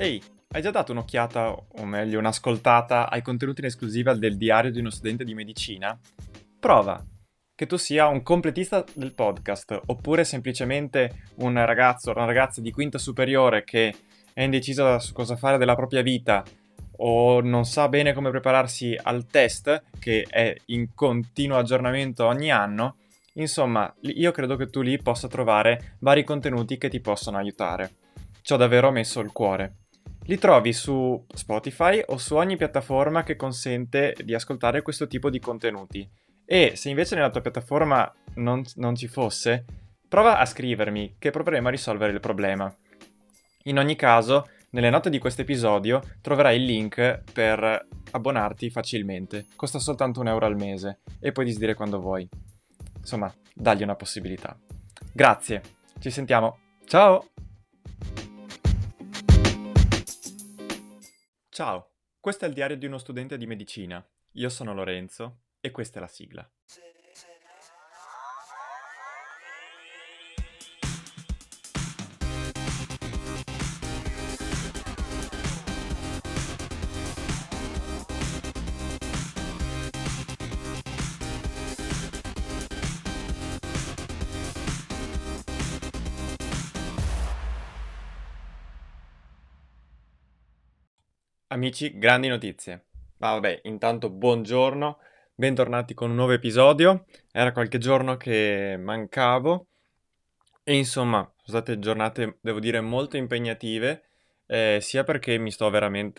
Ehi, hai già dato un'occhiata, o meglio un'ascoltata, ai contenuti in esclusiva del diario di uno studente di medicina? Prova che tu sia un completista del podcast, oppure semplicemente un ragazzo o una ragazza di quinta superiore che è indecisa su cosa fare della propria vita o non sa bene come prepararsi al test, che è in continuo aggiornamento ogni anno. Insomma, io credo che tu lì possa trovare vari contenuti che ti possono aiutare. Ci ho davvero messo il cuore. Li trovi su Spotify o su ogni piattaforma che consente di ascoltare questo tipo di contenuti. E se invece nella tua piattaforma non ci fosse, prova a scrivermi che proveremo a risolvere il problema. In ogni caso, nelle note di questo episodio troverai il link per abbonarti facilmente. Costa soltanto €1 al mese e puoi disdire quando vuoi. Insomma, dagli una possibilità. Grazie, ci sentiamo. Ciao! Ciao, questo è il diario di uno studente di medicina. Io sono Lorenzo e questa è la sigla. Amici, grandi notizie. Ma vabbè, intanto buongiorno, bentornati con un nuovo episodio. Era qualche giorno che mancavo e insomma, sono state giornate, devo dire, molto impegnative, sia perché mi sto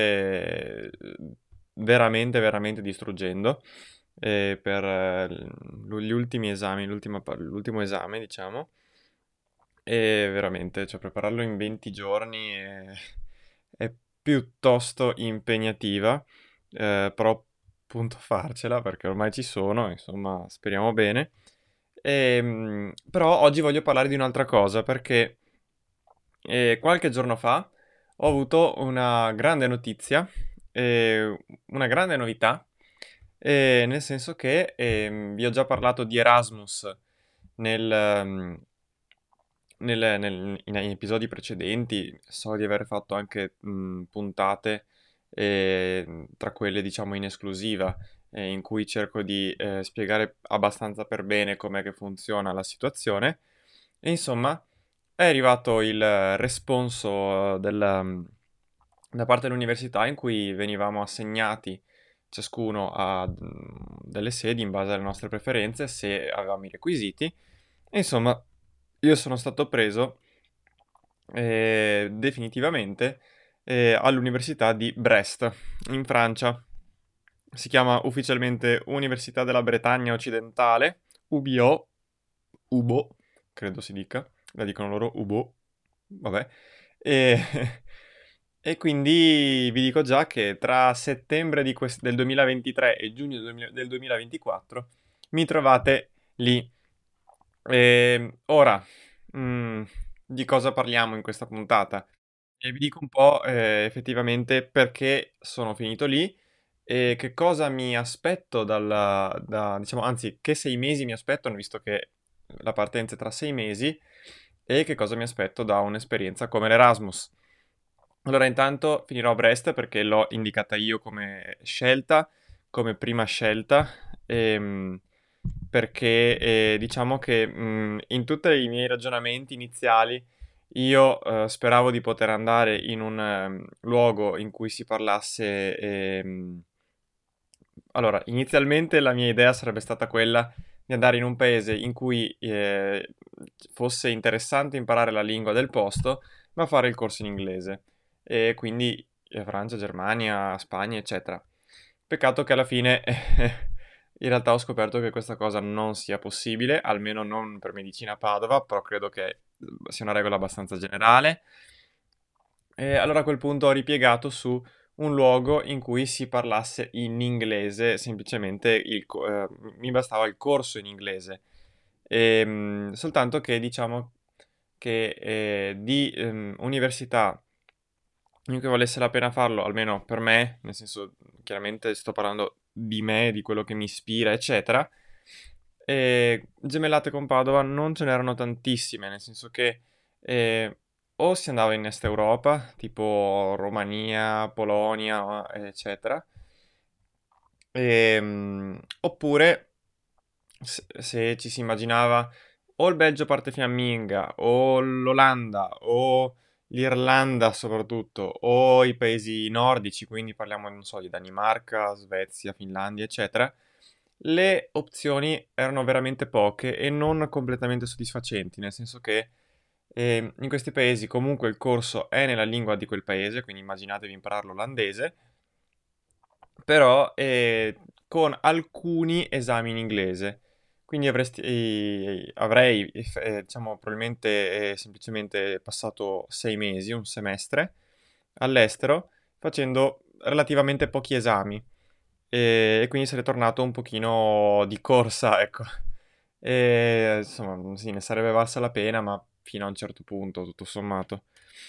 veramente distruggendo per gli ultimi esami, l'ultimo esame, diciamo. E veramente, cioè prepararlo in 20 giorni è piuttosto impegnativa, però appunto farcela perché ormai ci sono, insomma, speriamo bene. Però oggi voglio parlare di un'altra cosa perché qualche giorno fa ho avuto una grande notizia, una grande novità, nel senso che vi ho già parlato di Erasmus nel, ehm, in episodi precedenti. So di aver fatto anche puntate, tra quelle diciamo in esclusiva, in cui cerco di spiegare abbastanza per bene com'è che funziona la situazione. E insomma, è arrivato il responso da parte dell'università in cui venivamo assegnati ciascuno a delle sedi in base alle nostre preferenze, se avevamo i requisiti. E insomma, io sono stato preso definitivamente all'università di Brest, in Francia. Si chiama ufficialmente Università della Bretagna Occidentale, UBO, UBO, credo si dica, la dicono loro UBO, vabbè. E, e quindi vi dico già che tra settembre del 2023 e giugno del 2024 mi trovate lì. Ora, mm, di cosa parliamo in questa puntata? E vi dico un po' effettivamente perché sono finito lì e che cosa mi aspetto diciamo, anzi, che 6 mesi mi aspettano, visto che la partenza è tra 6 mesi, e che cosa mi aspetto da un'esperienza come l'Erasmus. Allora, intanto finirò a Brest perché l'ho indicata io come scelta, come prima scelta, perché diciamo che in tutti i miei ragionamenti iniziali io speravo di poter andare in un luogo in cui si parlasse. Allora, inizialmente la mia idea sarebbe stata quella di andare in un paese in cui fosse interessante imparare la lingua del posto, ma fare il corso in inglese. E quindi Francia, Germania, Spagna, eccetera. Peccato che alla fine in realtà ho scoperto che questa cosa non sia possibile, almeno non per medicina a Padova, però credo che sia una regola abbastanza generale. E allora a quel punto ho ripiegato su un luogo in cui si parlasse in inglese, semplicemente mi bastava il corso in inglese. Soltanto che diciamo che di università in cui valesse la pena farlo, almeno per me, nel senso, chiaramente sto parlando di me, di quello che mi ispira, eccetera, gemellate con Padova non ce n'erano tantissime, nel senso che o si andava in Est Europa, tipo Romania, Polonia, eccetera, oppure se ci si immaginava o il Belgio parte fiamminga, o l'Olanda, o l'Irlanda soprattutto, o i paesi nordici, quindi parliamo, non so, di Danimarca, Svezia, Finlandia, eccetera, le opzioni erano veramente poche e non completamente soddisfacenti, nel senso che in questi paesi comunque il corso è nella lingua di quel paese, quindi immaginatevi imparare l'olandese, però con alcuni esami in inglese. Quindi avrei, diciamo, probabilmente semplicemente passato 6 mesi, un semestre, all'estero, facendo relativamente pochi esami. E quindi sarei tornato un pochino di corsa, ecco. E insomma, sì, ne sarebbe valsa la pena, ma fino a un certo punto, tutto sommato.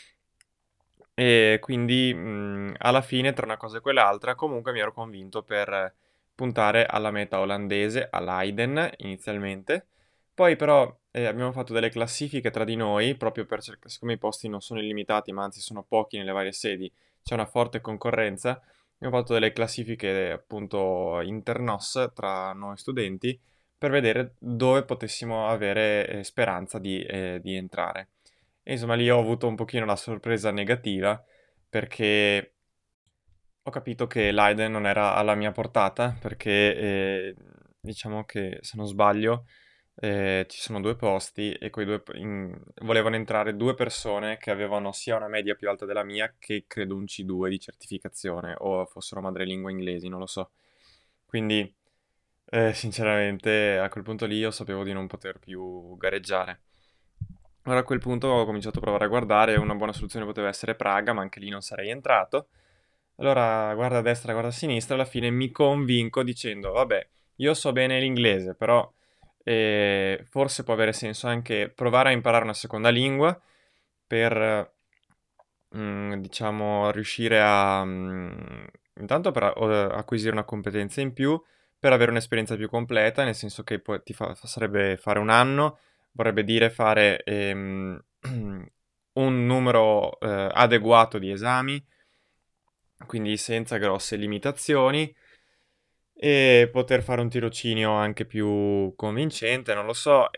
E quindi alla fine, tra una cosa e quell'altra, comunque mi ero convinto per puntare alla meta olandese, all'Eiden inizialmente. Poi però abbiamo fatto delle classifiche tra di noi, proprio per siccome i posti non sono illimitati, ma anzi sono pochi nelle varie sedi, c'è una forte concorrenza. Abbiamo fatto delle classifiche appunto internos tra noi studenti per vedere dove potessimo avere speranza di entrare. E insomma lì ho avuto un pochino la sorpresa negativa perché ho capito che Leiden non era alla mia portata perché diciamo che se non sbaglio ci sono due posti e volevano entrare due persone che avevano sia una media più alta della mia che credo un C2 di certificazione o fossero madrelingua inglesi, non lo so. Quindi sinceramente a quel punto lì io sapevo di non poter più gareggiare. Allora a quel punto ho cominciato a provare a guardare, una buona soluzione poteva essere Praga, ma anche lì non sarei entrato. Allora guarda a destra, guarda a sinistra, alla fine mi convinco dicendo, vabbè, io so bene l'inglese, però forse può avere senso anche provare a imparare una seconda lingua per, diciamo, riuscire intanto per acquisire una competenza in più, per avere un'esperienza più completa, nel senso che poi sarebbe fare un anno, vorrebbe dire fare un numero adeguato di esami, quindi senza grosse limitazioni, e poter fare un tirocinio anche più convincente, non lo so,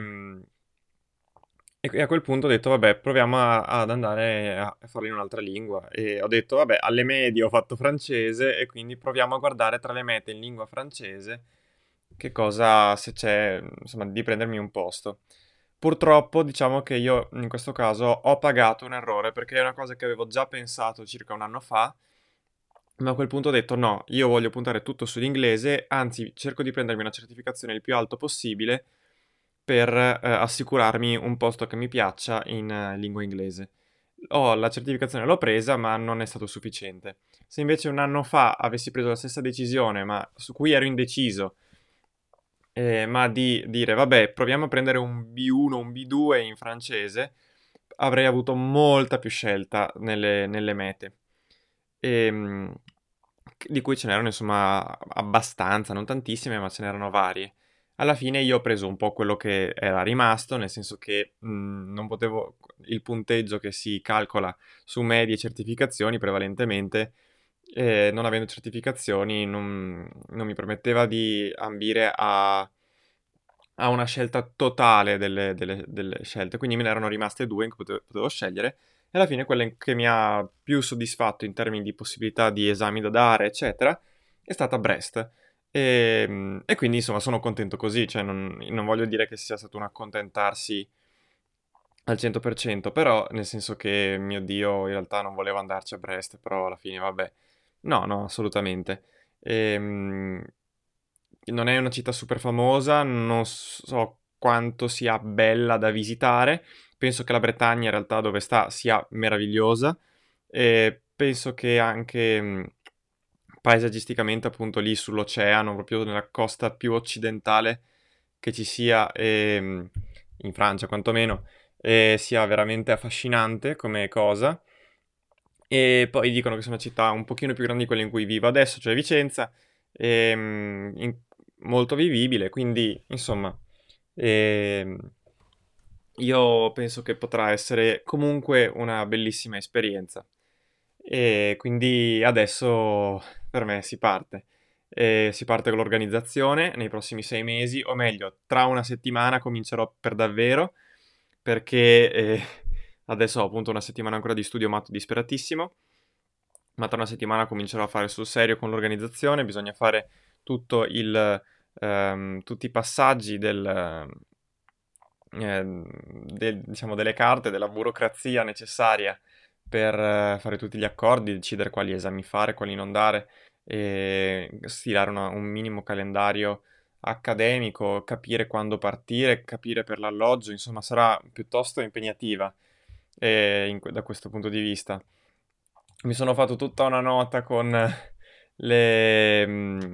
e a quel punto ho detto, vabbè, proviamo ad andare a farlo in un'altra lingua. E ho detto, vabbè, alle medie ho fatto francese e quindi proviamo a guardare tra le mete in lingua francese che cosa, se c'è, insomma, di prendermi un posto. Purtroppo, diciamo che io in questo caso ho pagato un errore perché è una cosa che avevo già pensato circa un anno fa, ma a quel punto ho detto no, io voglio puntare tutto sull'inglese, anzi cerco di prendermi una certificazione il più alto possibile per assicurarmi un posto che mi piaccia in lingua inglese. La certificazione l'ho presa, ma non è stato sufficiente. Se invece un anno fa avessi preso la stessa decisione, ma su cui ero indeciso, ma di dire, vabbè, proviamo a prendere un B1, un B2 in francese, avrei avuto molta più scelta nelle mete. Ehm, di cui ce n'erano insomma abbastanza, non tantissime, ma ce n'erano varie. Alla fine io ho preso un po' quello che era rimasto, nel senso che non potevo, il punteggio che si calcola su medie e certificazioni prevalentemente, non avendo certificazioni, non mi permetteva di ambire a una scelta totale delle scelte, quindi me ne erano rimaste due in cui potevo scegliere, e alla fine quella che mi ha più soddisfatto in termini di possibilità di esami da dare, eccetera, è stata Brest. E quindi insomma sono contento così, cioè non voglio dire che sia stato un accontentarsi al 100%, però nel senso che mio Dio in realtà non volevo andarci a Brest, però alla fine vabbè. No, no, assolutamente. Ehm, non è una città super famosa, non so quanto sia bella da visitare. Penso che la Bretagna in realtà dove sta sia meravigliosa e penso che anche paesaggisticamente appunto lì sull'oceano, proprio nella costa più occidentale che ci sia, in Francia quantomeno, sia veramente affascinante come cosa. E poi dicono che sia una città un pochino più grande di quella in cui vivo adesso, cioè Vicenza, molto vivibile, quindi insomma, ehm, io penso che potrà essere comunque una bellissima esperienza. E quindi adesso per me si parte. Si parte con l'organizzazione nei prossimi 6 mesi, o meglio, tra una settimana comincerò per davvero, perché adesso ho appunto una settimana ancora di studio matto disperatissimo, ma tra una settimana comincerò a fare sul serio con l'organizzazione, bisogna fare tutti i passaggi diciamo, delle carte, della burocrazia necessaria per fare tutti gli accordi, decidere quali esami fare, quali non dare, e stilare un minimo calendario accademico, capire quando partire, capire per l'alloggio, insomma sarà piuttosto impegnativa da questo punto di vista. Mi sono fatto tutta una nota le, mm,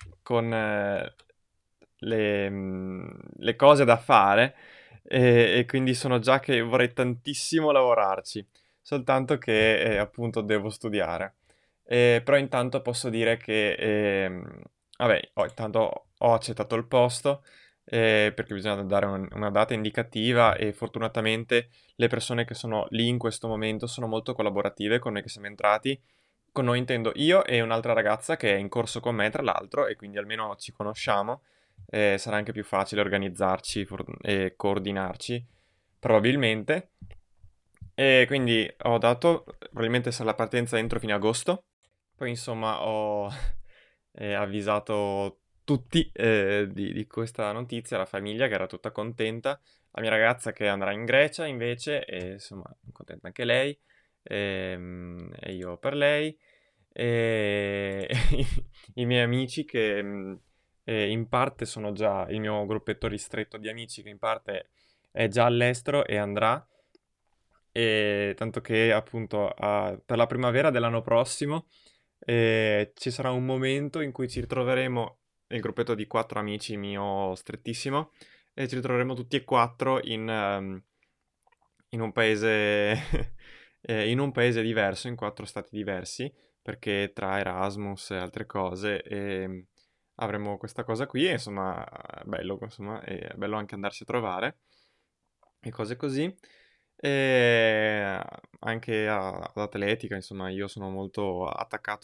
con le cose da fare e quindi sono già che vorrei tantissimo lavorarci, soltanto che appunto devo studiare. Però intanto posso dire che, vabbè, intanto ho accettato il posto perché bisogna dare una data indicativa e fortunatamente le persone che sono lì in questo momento sono molto collaborative con noi che siamo entrati. Con noi intendo io e un'altra ragazza che è in corso con me, tra l'altro, e quindi almeno ci conosciamo. Sarà anche più facile organizzarci e coordinarci, probabilmente. E quindi ho dato, probabilmente sarà la partenza entro fine agosto. Poi insomma ho avvisato tutti di questa notizia, la famiglia che era tutta contenta, la mia ragazza che andrà in Grecia invece, e insomma contenta anche lei, e io per lei, e i miei amici che in parte sono già il mio gruppetto ristretto di amici che in parte è già all'estero e andrà. E tanto che appunto per la primavera dell'anno prossimo ci sarà un momento in cui ci ritroveremo, il gruppetto di 4 amici mio strettissimo, e ci ritroveremo tutti e quattro in un paese, in un paese diverso, in 4 stati diversi, perché tra Erasmus e altre cose avremo questa cosa qui, e insomma, è bello anche andarsi a trovare e cose così. E anche ad atletica, insomma, io sono molto attaccato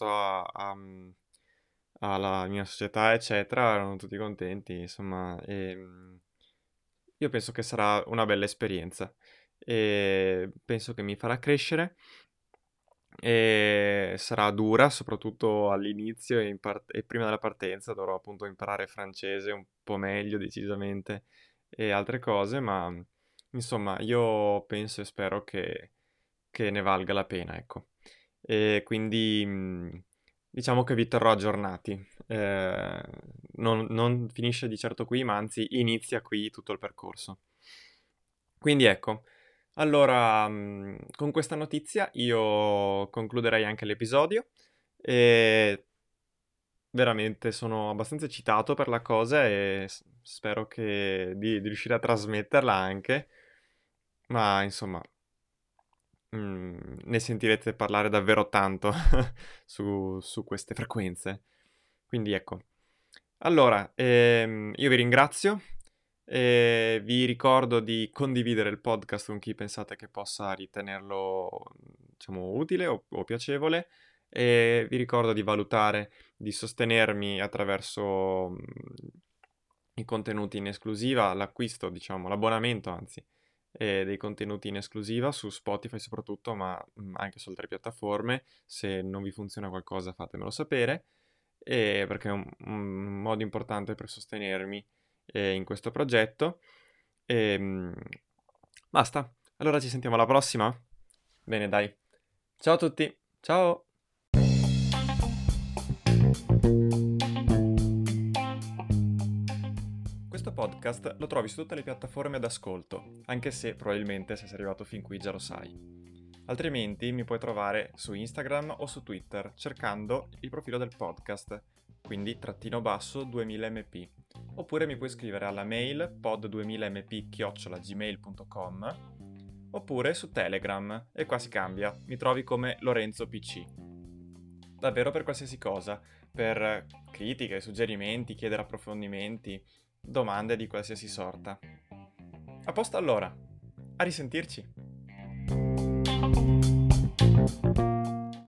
alla mia società, eccetera, erano tutti contenti, insomma, io penso che sarà una bella esperienza e penso che mi farà crescere e sarà dura, soprattutto all'inizio e prima della partenza dovrò appunto imparare francese un po' meglio, decisamente, e altre cose, ma insomma, io penso e spero che ne valga la pena, ecco. E quindi diciamo che vi terrò aggiornati. Non finisce di certo qui, ma anzi inizia qui tutto il percorso. Quindi ecco, allora con questa notizia io concluderei anche l'episodio e veramente sono abbastanza eccitato per la cosa e spero di riuscire a trasmetterla anche, ma insomma ne sentirete parlare davvero tanto su queste frequenze. Quindi ecco. Allora, io vi ringrazio e vi ricordo di condividere il podcast con chi pensate che possa ritenerlo, diciamo, utile o piacevole. E vi ricordo di valutare, di sostenermi attraverso i contenuti in esclusiva, l'acquisto, diciamo, l'abbonamento, anzi, dei contenuti in esclusiva su Spotify soprattutto, ma anche su altre piattaforme. Se non vi funziona qualcosa fatemelo sapere, perché è un modo importante per sostenermi in questo progetto. E basta. Allora ci sentiamo alla prossima. Bene, dai. Ciao a tutti. Ciao. Questo podcast lo trovi su tutte le piattaforme ad ascolto, anche se probabilmente se sei arrivato fin qui già lo sai. Altrimenti mi puoi trovare su Instagram o su Twitter cercando il profilo del podcast, quindi _2000mp. Oppure mi puoi scrivere alla mail pod2000mp@gmail.com oppure su Telegram, e qua si cambia, mi trovi come Lorenzo PC. Davvero per qualsiasi cosa, per critiche, suggerimenti, chiedere approfondimenti, domande di qualsiasi sorta. A posto allora! A risentirci!